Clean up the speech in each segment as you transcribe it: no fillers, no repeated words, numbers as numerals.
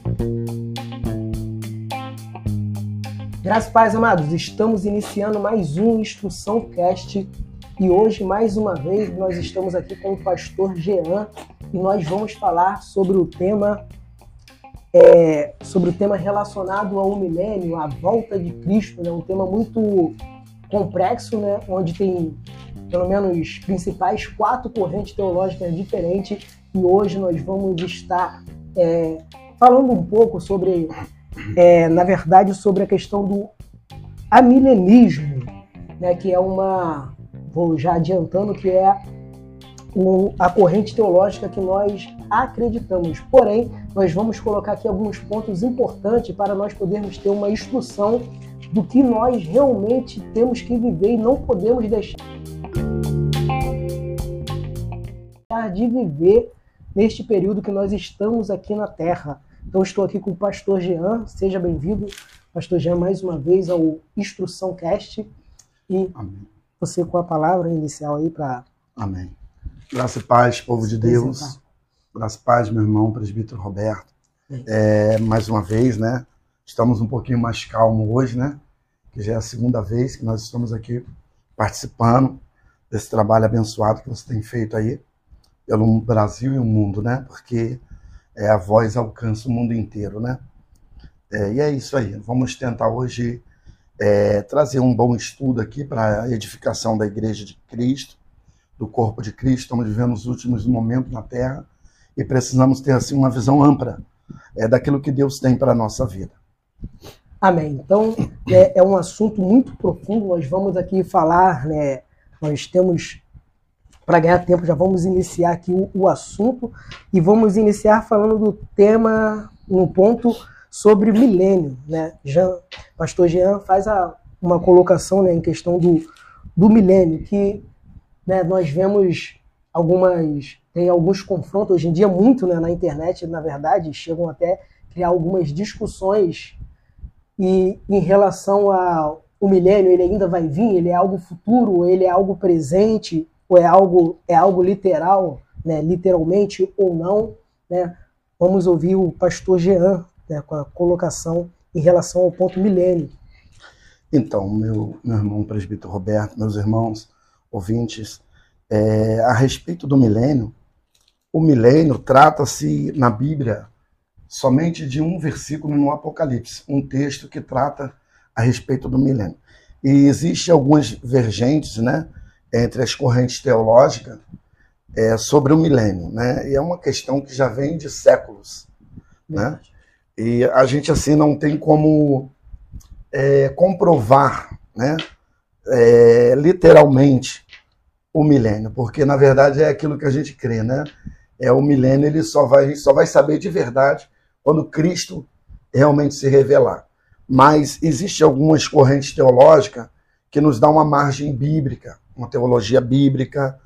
Graças e paz, amados, estamos iniciando mais um Instrução Cast e hoje, mais uma vez, nós estamos aqui com o pastor Jean e nós vamos falar sobre o tema relacionado ao milênio, a volta de Cristo, né? Um tema muito complexo, né? Onde tem pelo menos principais 4 correntes teológicas diferentes e hoje nós vamos estar falando um pouco sobre na verdade, sobre a questão do amilenismo, né, que é vou já adiantando, que é a corrente teológica que nós acreditamos. Porém, nós vamos colocar aqui alguns pontos importantes para nós podermos ter uma instrução do que nós realmente temos que viver e não podemos deixar de viver neste período que nós estamos aqui na Terra. Então, estou aqui com o pastor Jean. Seja bem-vindo, pastor Jean, mais uma vez ao Instrução Cast. E Amém. Você com a palavra inicial aí para... Amém. Graça e paz, povo de Deus. Graça e paz, meu irmão, presbítero Roberto. Mais uma vez, né? Estamos um pouquinho mais calmos hoje, né? Que já é a segunda vez que nós estamos aqui participando desse trabalho abençoado que você tem feito aí pelo Brasil e o mundo, né? Porque a voz alcança o mundo inteiro, né? E é isso aí. Vamos tentar hoje trazer um bom estudo aqui para a edificação da Igreja de Cristo, do corpo de Cristo. Estamos vivendo os últimos momentos na Terra e precisamos ter assim uma visão ampla daquilo que Deus tem para a nossa vida. Amém. Então, é um assunto muito profundo. Nós vamos aqui falar, né? Nós temos... Para ganhar tempo, já vamos iniciar aqui o assunto e vamos iniciar falando do tema, no ponto sobre milênio, né? Pastor Jean faz uma colocação, né, em questão do milênio, que, né, nós vemos tem alguns confrontos hoje em dia, muito, né, na internet, na verdade, chegam até a criar algumas discussões e em relação ao milênio, ele ainda vai vir, ele é algo futuro, ele é algo presente, ou é algo literal, né, literalmente ou não, né? Vamos ouvir o pastor Jean, né, com a colocação em relação ao ponto milênio. Então, meu irmão presbítero Roberto, meus irmãos ouvintes, a respeito do milênio, o milênio trata-se na Bíblia somente de um versículo no Apocalipse, um texto que trata a respeito do milênio. E existem algumas vergentes, né, entre as correntes teológicas sobre o milênio, né? E é uma questão que já vem de séculos, né? E a gente assim não tem como comprovar, né, literalmente o milênio, porque na verdade é aquilo que a gente crê, né? O milênio, ele só vai saber de verdade quando Cristo realmente se revelar. Mas existem algumas correntes teológicas que nos dão uma margem bíblica, uma teologia bíblica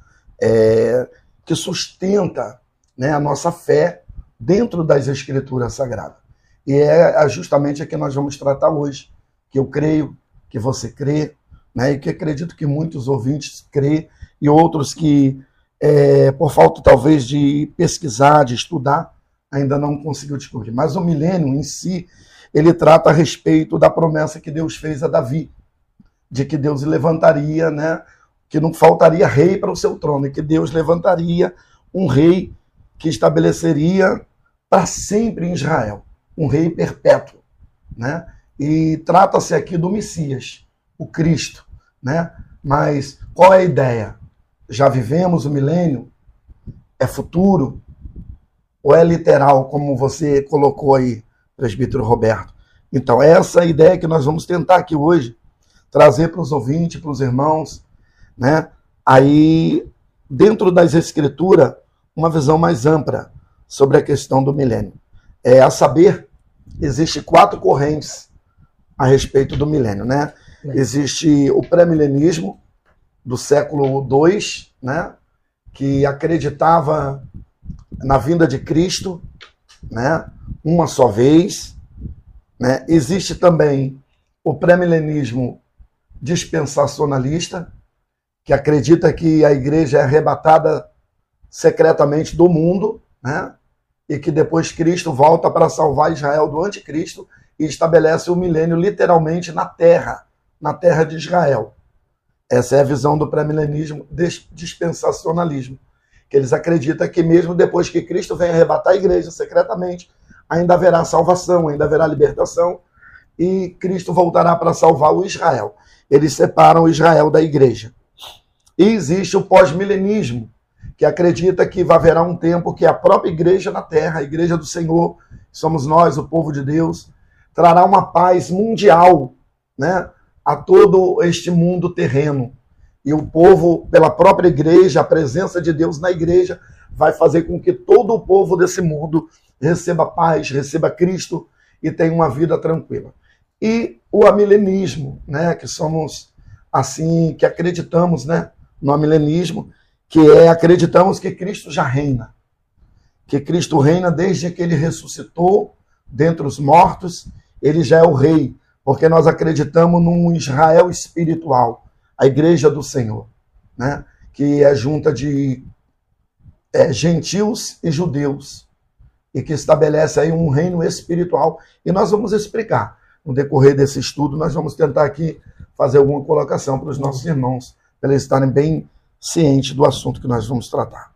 que sustenta, né, a nossa fé dentro das Escrituras Sagradas. E é justamente a que nós vamos tratar hoje, que eu creio, que você crê, né, e que acredito que muitos ouvintes crê, e outros que, por falta talvez de pesquisar, de estudar, ainda não conseguiu descobrir. Mas o milênio em si, ele trata a respeito da promessa que Deus fez a Davi, de que Deus levantaria, né, que não faltaria rei para o seu trono, e que Deus levantaria um rei que estabeleceria para sempre em Israel, um rei perpétuo, né? E trata-se aqui do Messias, o Cristo, né? Mas qual é a ideia? Já vivemos o milênio? É futuro? Ou é literal, como você colocou aí, presbítero Roberto? Então, essa é a ideia que nós vamos tentar aqui hoje trazer para os ouvintes, para os irmãos, né? Aí, dentro das Escrituras, uma visão mais ampla sobre a questão do milênio. A saber, existem 4 correntes a respeito do milênio, né? Existe o pré-milenismo do século II, né? Que acreditava na vinda de Cristo, né? Uma só vez, né? Existe também o pré-milenismo dispensacionalista, que acredita que a igreja é arrebatada secretamente do mundo, né? e que depois Cristo volta para salvar Israel do anticristo e estabelece o milênio literalmente na terra de Israel. Essa é a visão do pré-milenismo dispensacionalismo, que eles acreditam que mesmo depois que Cristo vem arrebatar a igreja secretamente, ainda haverá salvação, ainda haverá libertação, e Cristo voltará para salvar o Israel. Eles separam o Israel da igreja. E existe o pós-milenismo, que acredita que vai haverá um tempo que a própria igreja na terra, a igreja do Senhor, somos nós, o povo de Deus, trará uma paz mundial, né, a todo este mundo terreno. E o povo, pela própria igreja, a presença de Deus na igreja, vai fazer com que todo o povo desse mundo receba paz, receba Cristo e tenha uma vida tranquila. E o amilenismo, né, que somos assim, que acreditamos, né, no amilenismo, que acreditamos que Cristo já reina. Que Cristo reina desde que ele ressuscitou dentre os mortos, ele já é o rei, porque nós acreditamos num Israel espiritual, a igreja do Senhor, né, que é junta de gentios e judeus, e que estabelece aí um reino espiritual. E nós vamos explicar. No decorrer desse estudo, nós vamos tentar aqui fazer alguma colocação para os nossos irmãos, para eles estarem bem cientes do assunto que nós vamos tratar.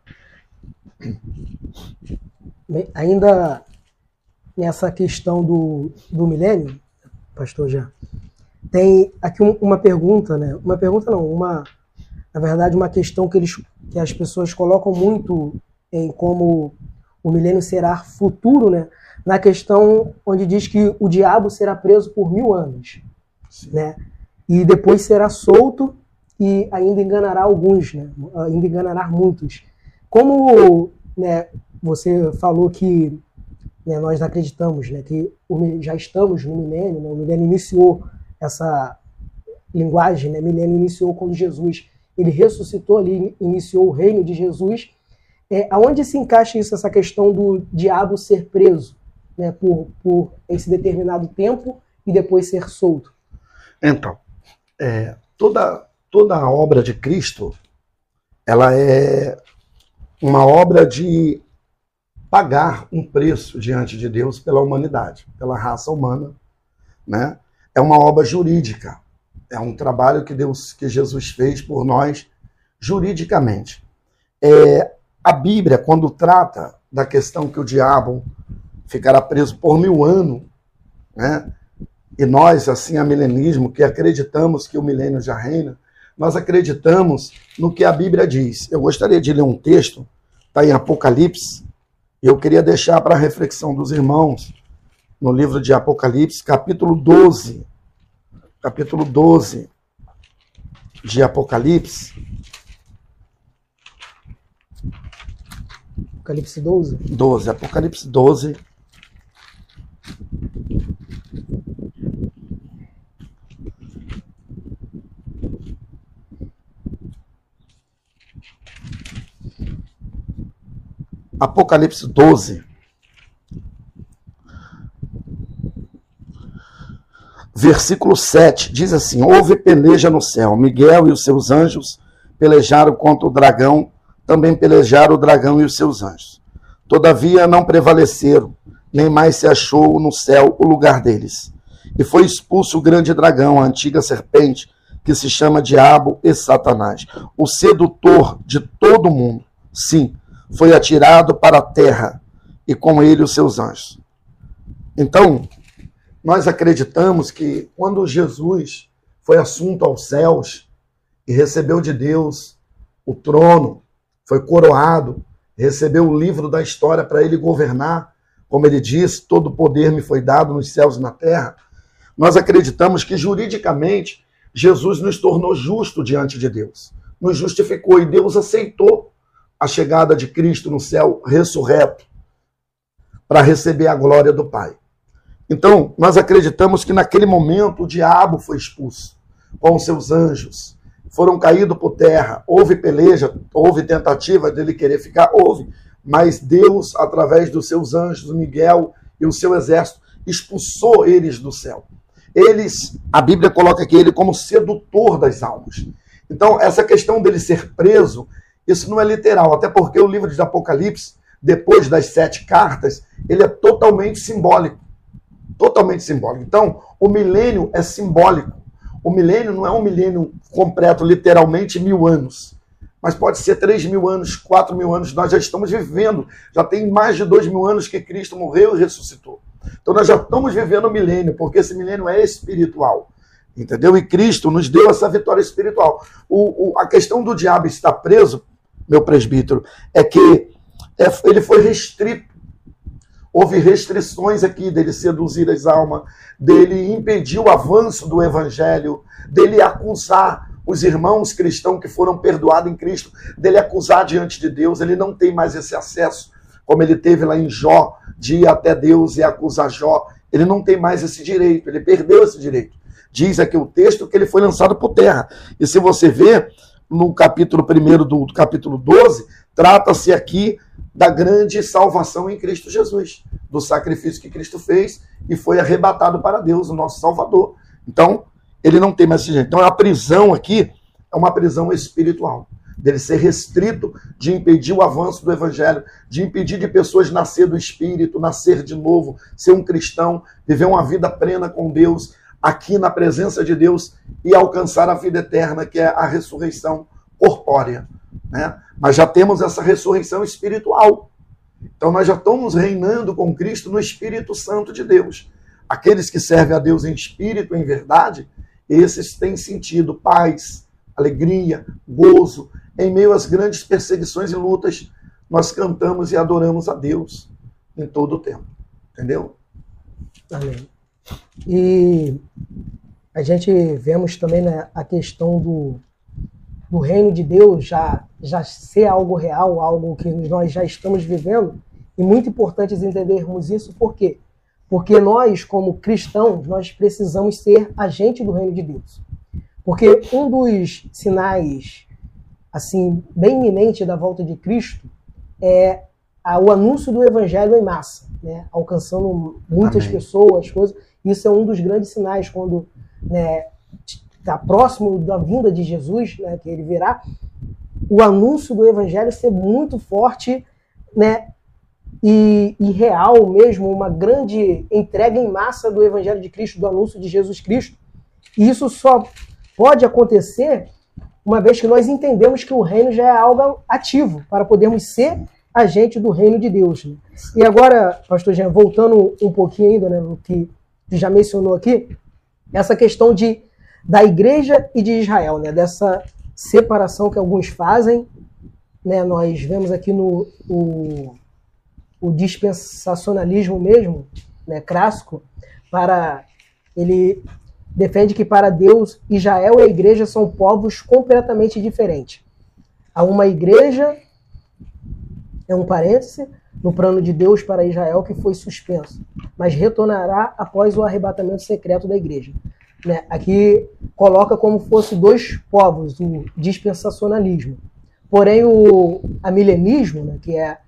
Bem, ainda nessa questão do milênio, pastor Jean, tem aqui uma pergunta, né? Uma pergunta não, na verdade, uma questão que as pessoas colocam muito em como o milênio será futuro, né? Na questão onde diz que o diabo será preso por 1000 anos, né? E depois será solto e ainda enganará alguns, né? Ainda enganará muitos. Como, né, você falou que, né, nós acreditamos, né, que já estamos no milênio, né? O milênio iniciou essa linguagem, né? Milênio iniciou quando Jesus ele ressuscitou ali, iniciou o reino de Jesus. Aonde se encaixa isso, essa questão do diabo ser preso, né, por esse determinado tempo e depois ser solto? Então, toda a obra de Cristo, ela é uma obra de pagar um preço diante de Deus pela humanidade, pela raça humana, né? É uma obra jurídica, é um trabalho que Jesus fez por nós juridicamente. A Bíblia, quando trata da questão que o diabo ficará preso por 1000 anos, né? E nós, assim, a milenismo, que acreditamos que o milênio já reina, nós acreditamos no que a Bíblia diz. Eu gostaria de ler um texto, está em Apocalipse, e eu queria deixar para a reflexão dos irmãos, no livro de Apocalipse, capítulo 12. Capítulo 12 de Apocalipse. Apocalipse 12? 12, Apocalipse 12. Apocalipse 12. Versículo 7, diz assim: houve peleja no céu, Miguel e os seus anjos pelejaram contra o dragão, também pelejaram o dragão e os seus anjos. Todavia não prevaleceram, nem mais se achou no céu o lugar deles. E foi expulso o grande dragão, a antiga serpente, que se chama Diabo e Satanás, o sedutor de todo mundo. Sim, foi atirado para a terra, e com ele os seus anjos. Então, nós acreditamos que quando Jesus foi assunto aos céus e recebeu de Deus o trono, foi coroado, recebeu o livro da história para ele governar, como ele disse, todo o poder me foi dado nos céus e na terra, nós acreditamos que juridicamente Jesus nos tornou justo diante de Deus, nos justificou e Deus aceitou a chegada de Cristo no céu ressurreto para receber a glória do Pai. Então, nós acreditamos que naquele momento o diabo foi expulso com os seus anjos, foram caídos por terra, houve peleja, houve tentativa dele querer ficar, houve, mas Deus, através dos seus anjos, Miguel e o seu exército, expulsou eles do céu. Eles, a Bíblia coloca aqui ele como sedutor das almas. Então, essa questão dele ser preso, isso não é literal, até porque o livro de Apocalipse depois das 7 cartas, ele é totalmente simbólico. Totalmente simbólico. Então, o milênio é simbólico. O milênio não é um milênio completo, literalmente 1000 anos. Mas pode ser 3.000 anos, 4.000 anos. Nós já estamos vivendo. Já tem mais de 2.000 anos que Cristo morreu e ressuscitou. Então nós já estamos vivendo o milênio, porque esse milênio é espiritual. Entendeu? E Cristo nos deu essa vitória espiritual. A questão do diabo estar preso, meu presbítero, é que ele foi restrito. Houve restrições aqui dele seduzir as almas, dele impedir o avanço do evangelho, dele acusar os irmãos cristãos que foram perdoados em Cristo, dele acusar diante de Deus. Ele não tem mais esse acesso, como ele teve lá em Jó, de ir até Deus e acusar Jó. Ele não tem mais esse direito, ele perdeu esse direito. Diz aqui o texto que ele foi lançado por terra. E se você ver, no capítulo 1 do capítulo 12, trata-se aqui da grande salvação em Cristo Jesus, do sacrifício que Cristo fez e foi arrebatado para Deus, o nosso Salvador. Então, ele não tem mais esse jeito. Então, a prisão aqui é uma prisão espiritual, dele ser restrito, de impedir o avanço do evangelho, de impedir de pessoas nascer do Espírito, nascer de novo, ser um cristão, viver uma vida plena com Deus, aqui na presença de Deus e alcançar a vida eterna, que é a ressurreição corpórea, né? Mas já temos essa ressurreição espiritual. Então nós já estamos reinando com Cristo no Espírito Santo de Deus. Aqueles que servem a Deus em espírito, em verdade, esses têm sentido paz, alegria, gozo. Em meio às grandes perseguições e lutas, nós cantamos e adoramos a Deus em todo o tempo. Entendeu? Amém. E a gente vemos também, né, a questão do reino de Deus já ser algo real, algo que nós já estamos vivendo. E muito importante entendermos isso, por quê? Porque nós, como cristãos, nós precisamos ser agente do reino de Deus. Porque um dos sinais, assim, bem iminente da volta de Cristo é o anúncio do evangelho em massa, né? Alcançando muitas pessoas, coisas. Isso é um dos grandes sinais quando, né, está próximo da vinda de Jesus, né, que ele virá, o anúncio do evangelho ser muito forte, né, e real mesmo, uma grande entrega em massa do evangelho de Cristo, do anúncio de Jesus Cristo. E isso só pode acontecer uma vez que nós entendemos que o reino já é algo ativo, para podermos ser agente do reino de Deus, né? E agora, pastor Jean, voltando um pouquinho ainda, né, no que tu já mencionou aqui, essa questão da igreja e de Israel, né, dessa separação que alguns fazem, né, nós vemos aqui o dispensacionalismo mesmo, né, clássico, ele defende que para Deus, Israel e a igreja são povos completamente diferentes. Há uma igreja, é um parêntese, no plano de Deus para Israel que foi suspenso, mas retornará após o arrebatamento secreto da igreja. Né? Aqui coloca como fosse dois povos, o dispensacionalismo. Porém, o amilenismo, né, que é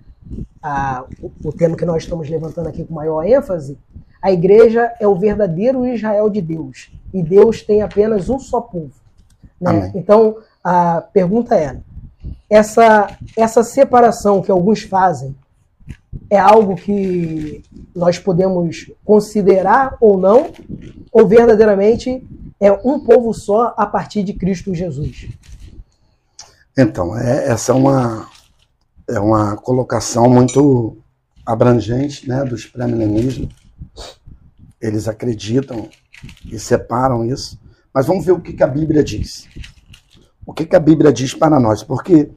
o termo que nós estamos levantando aqui com maior ênfase, a igreja é o verdadeiro Israel de Deus, e Deus tem apenas um só povo. Né? Então, a pergunta é, essa separação que alguns fazem é algo que nós podemos considerar ou não, ou verdadeiramente é um povo só a partir de Cristo Jesus? Então, essa é uma colocação muito abrangente, né, dos pré-milenismos. Eles acreditam e separam isso. Mas vamos ver o que a Bíblia diz. O que a Bíblia diz para nós? Porque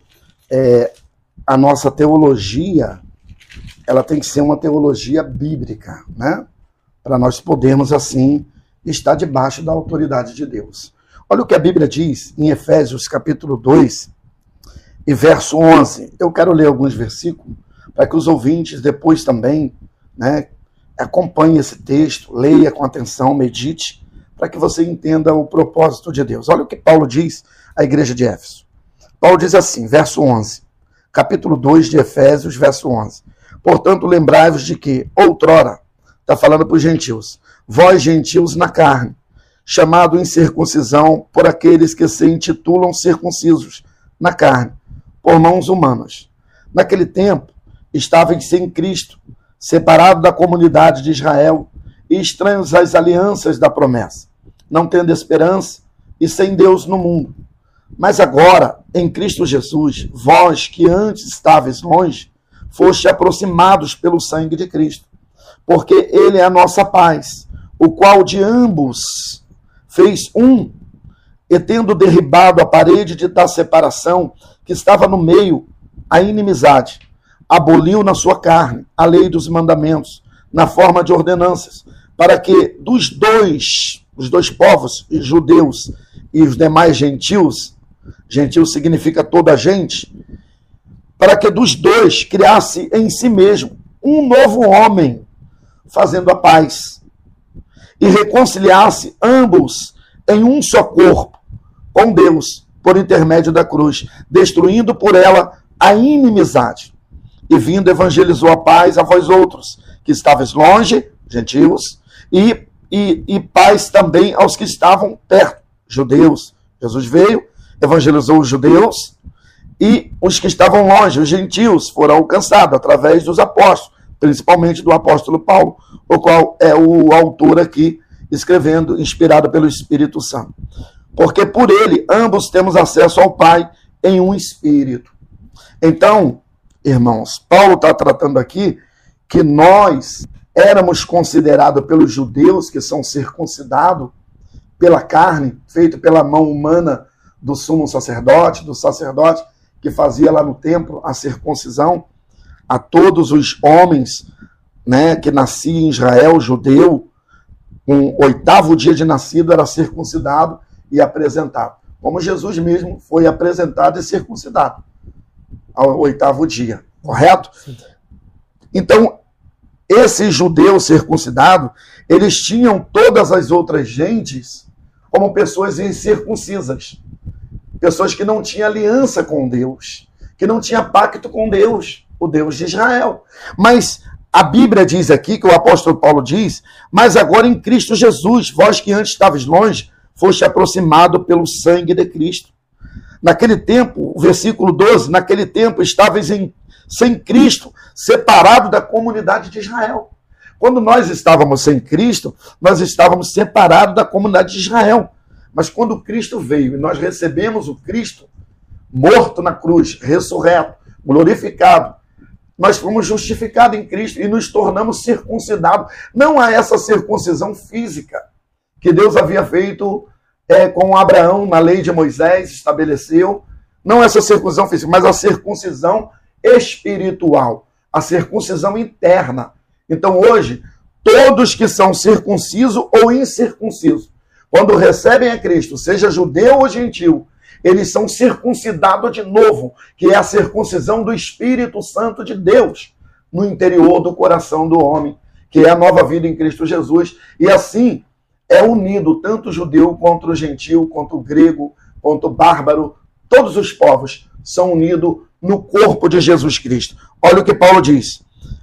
a nossa teologia, ela tem que ser uma teologia bíblica, né? Para nós podermos, assim, estar debaixo da autoridade de Deus. Olha o que a Bíblia diz em Efésios capítulo 2 e verso 11. Eu quero ler alguns versículos para que os ouvintes depois também, né, acompanhem esse texto, leia com atenção, medite, para que você entenda o propósito de Deus. Olha o que Paulo diz à igreja de Éfeso. Paulo diz assim, verso 11, capítulo 2 de Efésios, verso 11. Portanto, lembrai-vos de que, outrora, está falando para os gentios, vós gentios na carne, chamado em circuncisão por aqueles que se intitulam circuncisos na carne, por mãos humanas. Naquele tempo, estavam sem Cristo, separados da comunidade de Israel e estranhos às alianças da promessa, não tendo esperança e sem Deus no mundo. Mas agora, em Cristo Jesus, vós que antes estáveis longe, foste aproximados pelo sangue de Cristo, porque ele é a nossa paz, o qual de ambos fez um, e tendo derribado a parede da separação que estava no meio, a inimizade, aboliu na sua carne a lei dos mandamentos, na forma de ordenanças, para que os dois povos, os judeus e os demais gentios, gentil significa toda a gente, para que dos dois criasse em si mesmo um novo homem, fazendo a paz, e reconciliasse ambos em um só corpo com Deus, por intermédio da cruz, destruindo por ela a inimizade. E vindo, evangelizou a paz a vós outros, que estavais longe, gentios, e paz também aos que estavam perto, judeus. Jesus veio, evangelizou os judeus, e os que estavam longe, os gentios, foram alcançados através dos apóstolos, principalmente do apóstolo Paulo, o qual é o autor aqui, escrevendo, inspirado pelo Espírito Santo. Porque por ele, ambos temos acesso ao Pai em um Espírito. Então, irmãos, Paulo está tratando aqui que nós éramos considerados pelos judeus, que são circuncidados pela carne, feito pela mão humana do sumo sacerdote, do sacerdote que fazia lá no templo a circuncisão a todos os homens, né, que nasciam em Israel, judeu, com o 8º dia de nascido era circuncidado e apresentado. Como Jesus mesmo foi apresentado e circuncidado ao 8º dia, correto? Sim. Então, esses judeus circuncidados, eles tinham todas as outras gentes como pessoas incircuncisas. Pessoas que não tinham aliança com Deus, que não tinham pacto com Deus, o Deus de Israel. Mas a Bíblia diz aqui, que o apóstolo Paulo diz, mas agora em Cristo Jesus, vós que antes estavais longe, foste aproximado pelo sangue de Cristo. Naquele tempo, o versículo 12, naquele tempo estavais sem Cristo, separado da comunidade de Israel. Quando nós estávamos sem Cristo, nós estávamos separados da comunidade de Israel. Mas quando Cristo veio e nós recebemos o Cristo, morto na cruz, ressurreto, glorificado, nós fomos justificados em Cristo e nos tornamos circuncidados. Não a essa circuncisão física que Deus havia feito com Abraão, na lei de Moisés, estabeleceu. Não essa circuncisão física, mas a circuncisão espiritual, a circuncisão interna. Então hoje, todos que são circuncisos ou incircuncisos, quando recebem a Cristo, seja judeu ou gentil, eles são circuncidados de novo, que é a circuncisão do Espírito Santo de Deus no interior do coração do homem, que é a nova vida em Cristo Jesus. E assim é unido tanto o judeu quanto o gentil, quanto o grego, quanto o bárbaro. Todos os povos são unidos no corpo de Jesus Cristo. Olha o que Paulo diz.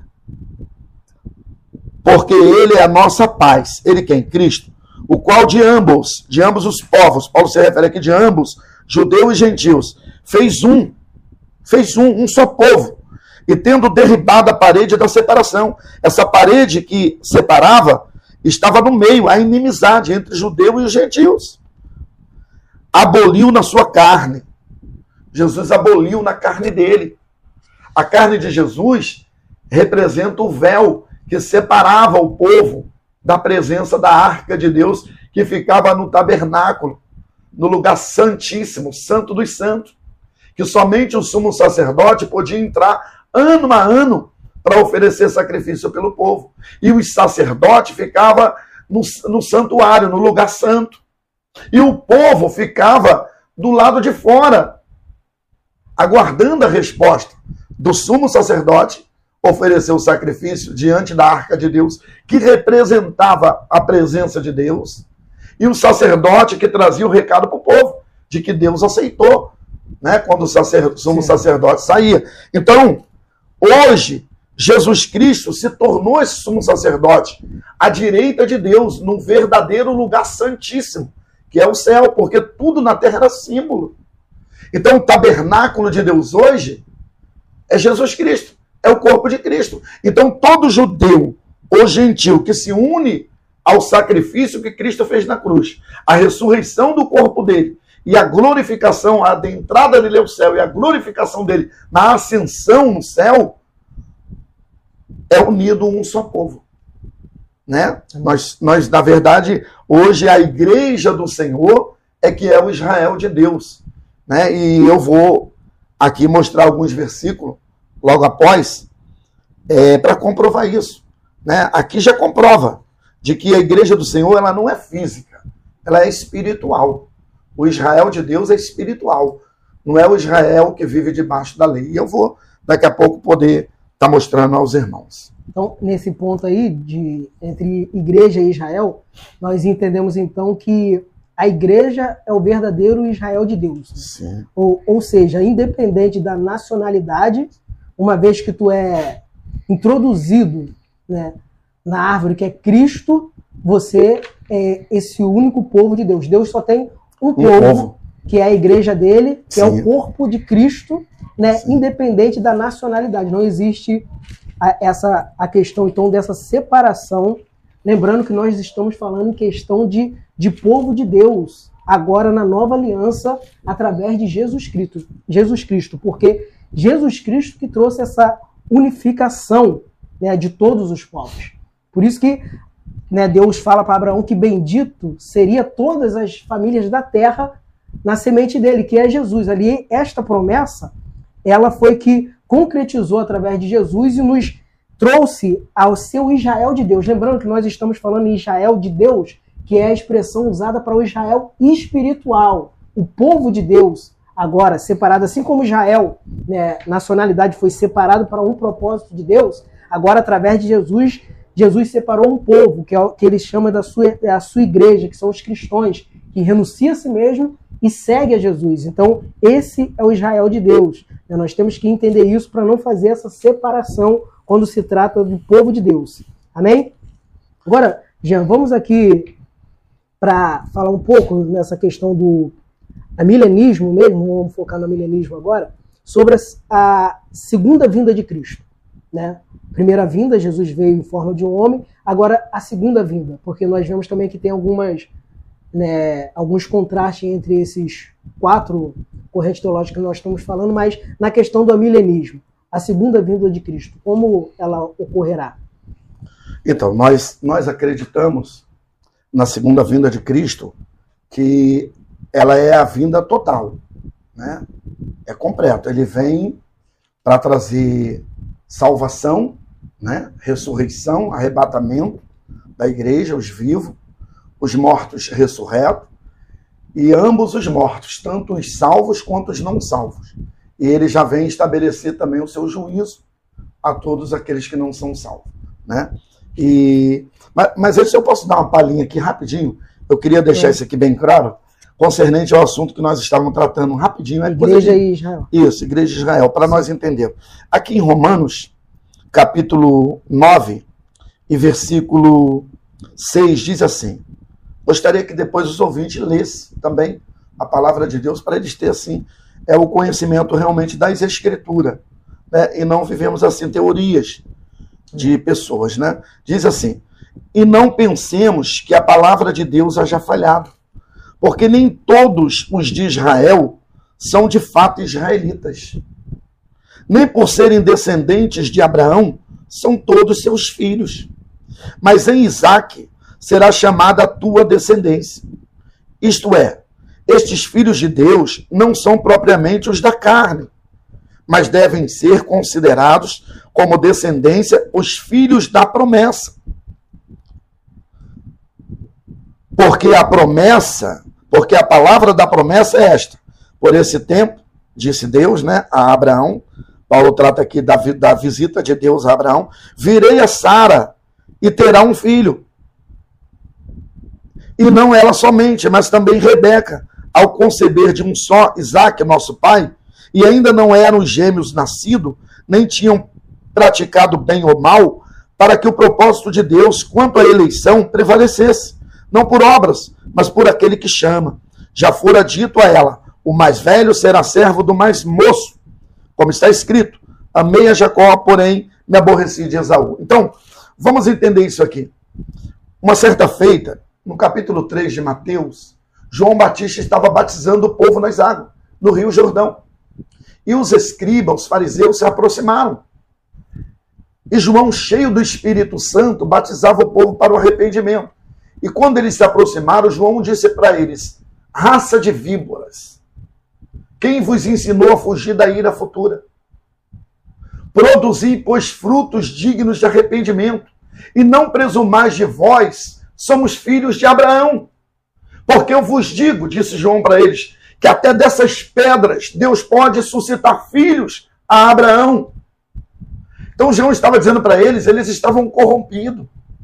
Porque ele é a nossa paz. Ele quem? Cristo. O qual de ambos os povos, Paulo se refere aqui de ambos, judeus e gentios, fez um só povo, e tendo derribado a parede da separação. Essa parede que separava estava no meio, a inimizade entre o judeu e os gentios. Aboliu na sua carne. Jesus aboliu na carne dele. A carne de Jesus representa o véu que separava o povo da presença da arca de Deus, que ficava no tabernáculo, no lugar santíssimo, santo dos santos, que somente o sumo sacerdote podia entrar ano a ano para oferecer sacrifício pelo povo. E os sacerdotes ficavam no santuário, no lugar santo. E o povo ficava do lado de fora, aguardando a resposta do sumo sacerdote, ofereceu o sacrifício diante da arca de Deus, que representava a presença de Deus, e o sacerdote que trazia o recado para o povo, de que Deus aceitou, né, quando o sumo sacerdote saía. Então, hoje, Jesus Cristo se tornou esse sumo sacerdote à direita de Deus, num verdadeiro lugar santíssimo, que é o céu, porque tudo na terra era símbolo. Então, o tabernáculo de Deus hoje é Jesus Cristo. é o corpo de Cristo. Então, todo judeu ou gentil que se une ao sacrifício que Cristo fez na cruz, a ressurreição do corpo dele e a glorificação, a entrada dele ao céu e a glorificação dele na ascensão no céu, é unido um só povo. Né? Nós, na verdade, hoje a igreja do Senhor é que é o Israel de Deus. Né? E eu vou aqui mostrar alguns versículos logo após para comprovar isso. Né? Aqui já comprova de que a igreja do Senhor ela não é física, ela é espiritual. O Israel de Deus é espiritual, não é o Israel que vive debaixo da lei. E eu vou, daqui a pouco, poder estar mostrando aos irmãos. Então, nesse ponto aí, entre igreja e Israel, nós entendemos então que a igreja é o verdadeiro Israel de Deus. Sim. Ou seja, independente da nacionalidade, uma vez que tu é introduzido, né, na árvore que é Cristo, você é esse único povo de Deus. Deus só tem um povo, que é a igreja dele, que Sim. é o corpo de Cristo, né, independente da nacionalidade. Não existe a questão, então, dessa separação. Lembrando que nós estamos falando em questão de povo de Deus, agora na nova aliança, através de Jesus Cristo, porque Jesus Cristo que trouxe essa unificação, né, de todos os povos. Por isso que, né, Deus fala para Abraão que bendito seria todas as famílias da terra na semente dele, que é Jesus. Ali, esta promessa, ela foi que concretizou através de Jesus e nos trouxe ao seu Israel de Deus. Lembrando que nós estamos falando em Israel de Deus, que é a expressão usada para o Israel espiritual, o povo de Deus, agora separado, assim como Israel, né, nacionalidade foi separado para um propósito de Deus, agora através de Jesus, Jesus separou um povo, que é o que ele chama da sua igreja, que são os cristãos, que renuncia a si mesmo e segue a Jesus. Então, esse é o Israel de Deus. Nós temos que entender isso para não fazer essa separação quando se trata do povo de Deus. Amém? Agora, Jean, vamos aqui para falar um pouco nessa questão do milenismo mesmo, vamos focar no milenismo agora, sobre a segunda vinda de Cristo. Né? Primeira vinda, Jesus veio em forma de um homem, agora a segunda vinda, porque nós vemos também que tem alguns contrastes entre esses 4 correntes teológicas que nós estamos falando, mas na questão do milenismo, a segunda vinda de Cristo, como ela ocorrerá? Então, nós acreditamos na segunda vinda de Cristo que ela é a vinda total, né? É completo. Ele vem para trazer salvação, né? Ressurreição, arrebatamento da igreja, os vivos, os mortos ressurretos, e ambos os mortos, tanto os salvos quanto os não salvos. E ele já vem estabelecer também o seu juízo a todos aqueles que não são salvos. Né? Mas se eu posso dar uma palhinha aqui rapidinho, eu queria deixar isso aqui bem claro, concernente ao assunto que nós estávamos tratando rapidinho. Igreja e Israel. Isso, Igreja de Israel, para nós entendermos. Aqui em Romanos, capítulo 9, e versículo 6, diz assim: gostaria que depois os ouvintes lessem também a palavra de Deus, para eles terem assim, o conhecimento realmente das Escrituras, né? E não vivemos assim teorias de pessoas, né? Diz assim: e não pensemos que a palavra de Deus haja falhado, porque nem todos os de Israel são de fato israelitas. Nem por serem descendentes de Abraão são todos seus filhos. Mas em Isaque será chamada a tua descendência. Isto é, estes filhos de Deus não são propriamente os da carne, mas devem ser considerados como descendência os filhos da promessa. Porque a palavra da promessa é esta: por esse tempo, disse Deus, né, a Abraão, Paulo trata aqui da visita de Deus a Abraão, virei a Sara e terá um filho. E não ela somente, mas também Rebeca, ao conceber de um só Isaque, nosso pai, e ainda não eram gêmeos nascidos, nem tinham praticado bem ou mal, para que o propósito de Deus quanto à eleição prevalecesse, não por obras, mas por aquele que chama. Já fora dito a ela: o mais velho será servo do mais moço, como está escrito: Amei a Jacó, porém me aborreci de Esaú. Então, vamos entender isso aqui. Uma certa feita, no capítulo 3 de Mateus, João Batista estava batizando o povo nas águas, no Rio Jordão. E os escribas, os fariseus, se aproximaram. E João, cheio do Espírito Santo, batizava o povo para o arrependimento. E quando eles se aproximaram, João disse para eles: raça de víboras, quem vos ensinou a fugir da ira futura? Produzi, pois, frutos dignos de arrependimento, e não presumais de vós, somos filhos de Abraão. Porque eu vos digo, disse João para eles, que até dessas pedras Deus pode suscitar filhos a Abraão. Então João estava dizendo para eles estavam corrompidos.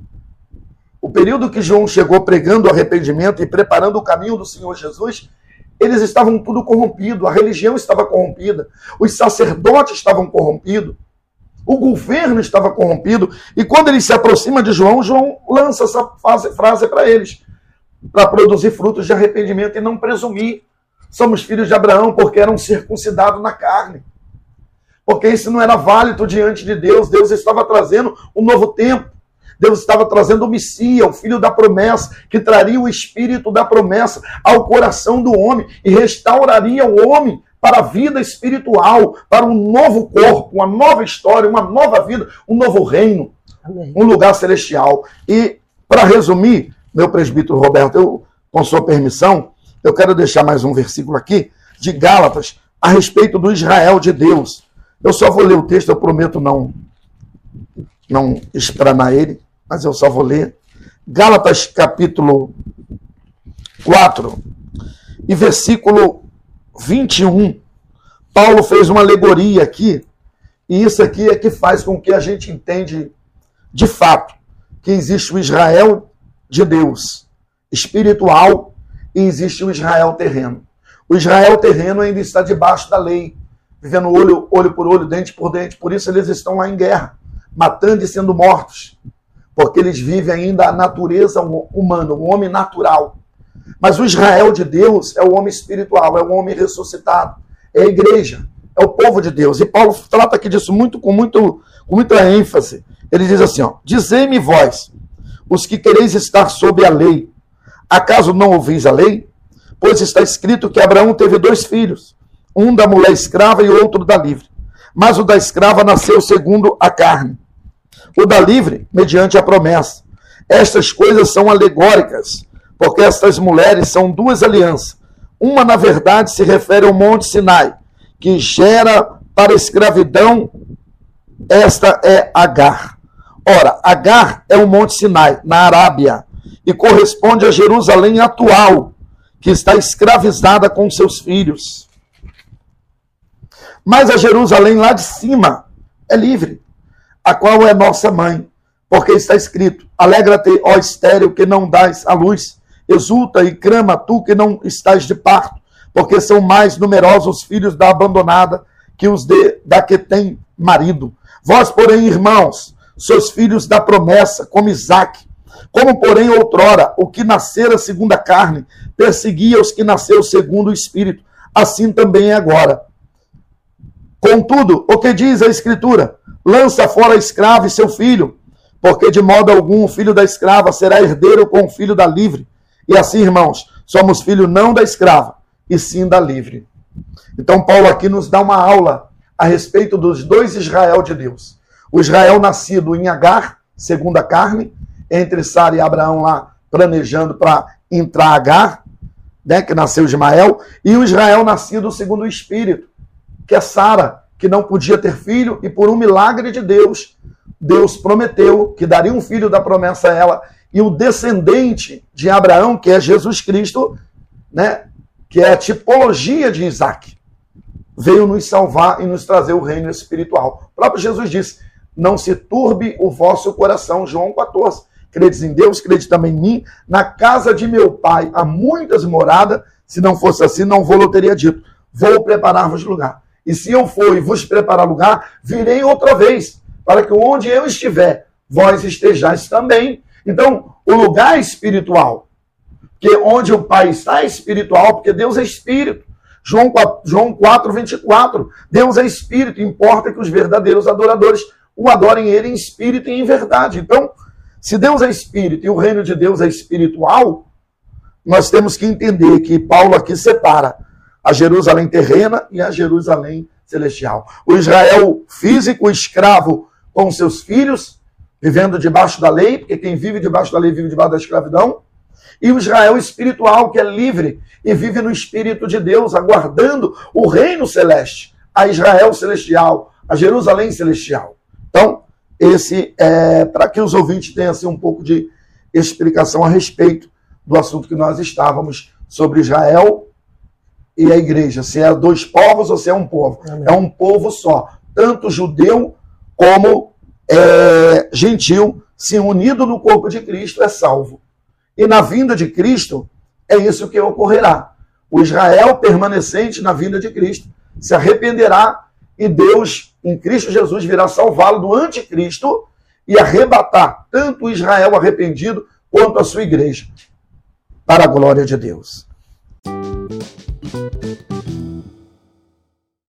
O período que João chegou pregando o arrependimento e preparando o caminho do Senhor Jesus, eles estavam tudo corrompidos, a religião estava corrompida, os sacerdotes estavam corrompidos, o governo estava corrompido, e quando eles se aproximam de João, João lança essa frase para eles, para produzir frutos de arrependimento e não presumir. Somos filhos de Abraão porque eram circuncidados na carne. Porque isso não era válido diante de Deus. Deus estava trazendo um novo tempo. Deus estava trazendo o Messias, o filho da promessa, que traria o espírito da promessa ao coração do homem e restauraria o homem para a vida espiritual, para um novo corpo, uma nova história, uma nova vida, um novo reino, amém, um lugar celestial. E, para resumir, meu presbítero Roberto, com sua permissão, eu quero deixar mais um versículo aqui, de Gálatas, a respeito do Israel de Deus. Eu só vou ler o texto, eu prometo não espranar ele, mas eu só vou ler. Gálatas capítulo 4 e versículo 21. Paulo fez uma alegoria aqui, e isso aqui é que faz com que a gente entende de fato que existe o Israel de Deus espiritual e existe o Israel terreno. O Israel terreno ainda está debaixo da lei, vivendo olho por olho, dente por dente, por isso eles estão lá em guerra, matando e sendo mortos, porque eles vivem ainda a natureza humana, o homem natural. Mas o Israel de Deus é o homem espiritual, é o homem ressuscitado, é a igreja, é o povo de Deus. E Paulo trata aqui disso com muita ênfase. Ele diz assim, ó: dizei-me vós, os que quereis estar sob a lei, acaso não ouvis a lei? Pois está escrito que Abraão teve 2 filhos, um da mulher escrava e outro da livre. Mas o da escrava nasceu segundo a carne, o da livre mediante a promessa. Estas coisas são alegóricas, porque estas mulheres são 2 alianças. Uma, na verdade, se refere ao Monte Sinai, que gera para a escravidão. Esta é Agar. Ora, Agar é o Monte Sinai, na Arábia, e corresponde a Jerusalém atual, que está escravizada com seus filhos. Mas a Jerusalém lá de cima é livre, a qual é nossa mãe, porque está escrito: alegra-te, ó estéril, que não dás à luz, exulta e clama tu que não estás de parto, porque são mais numerosos os filhos da abandonada que os da que tem marido. Vós, porém, irmãos, sois filhos da promessa, como Isaque. Como, porém, outrora, o que nascera segundo a carne perseguia os que nasceram segundo o Espírito, assim também é agora. Contudo, o que diz a Escritura? Lança fora a escrava e seu filho, porque de modo algum o filho da escrava será herdeiro com o filho da livre. E assim, irmãos, somos filhos não da escrava, e sim da livre. Então, Paulo aqui nos dá uma aula a respeito dos 2 Israel de Deus. O Israel nascido em Agar, segundo a carne, entre Sara e Abraão lá, planejando para entrar Agar, né, que nasceu de Ismael, e o Israel nascido segundo o Espírito, que é Sara, que não podia ter filho, e por um milagre de Deus, Deus prometeu que daria um filho da promessa a ela, e o descendente de Abraão, que é Jesus Cristo, né, que é a tipologia de Isaque, veio nos salvar e nos trazer o reino espiritual. O próprio Jesus disse: não se turbe o vosso coração, João 14. Credes em Deus, crede também em mim. Na casa de meu pai há muitas moradas. Se não fosse assim, não vou-lhe teria dito: vou preparar-vos lugar. E se eu for e vos preparar lugar, virei outra vez, para que onde eu estiver, vós estejais também. Então, o lugar é espiritual. Porque onde o Pai está é espiritual, porque Deus é espírito. João 4, 24. Deus é espírito, importa que os verdadeiros adoradores o adorem ele em espírito e em verdade. Então, se Deus é espírito e o reino de Deus é espiritual, nós temos que entender que Paulo aqui separa a Jerusalém terrena e a Jerusalém celestial. O Israel físico, escravo com seus filhos, vivendo debaixo da lei, porque quem vive debaixo da lei vive debaixo da escravidão. E o Israel espiritual, que é livre e vive no Espírito de Deus, aguardando o reino celeste, a Israel celestial, a Jerusalém celestial. Então, esse é para que os ouvintes tenham assim, um pouco de explicação a respeito do assunto que nós estávamos sobre Israel e a igreja. Se é dois povos ou se é um povo. Amém. É um povo só. Tanto judeu como gentil, se unido no corpo de Cristo, é salvo. E na vinda de Cristo, é isso que ocorrerá. O Israel permanecente na vinda de Cristo se arrependerá e Deus, em Cristo Jesus, virá salvá-lo do anticristo e arrebatar tanto o Israel arrependido quanto a sua igreja, para a glória de Deus.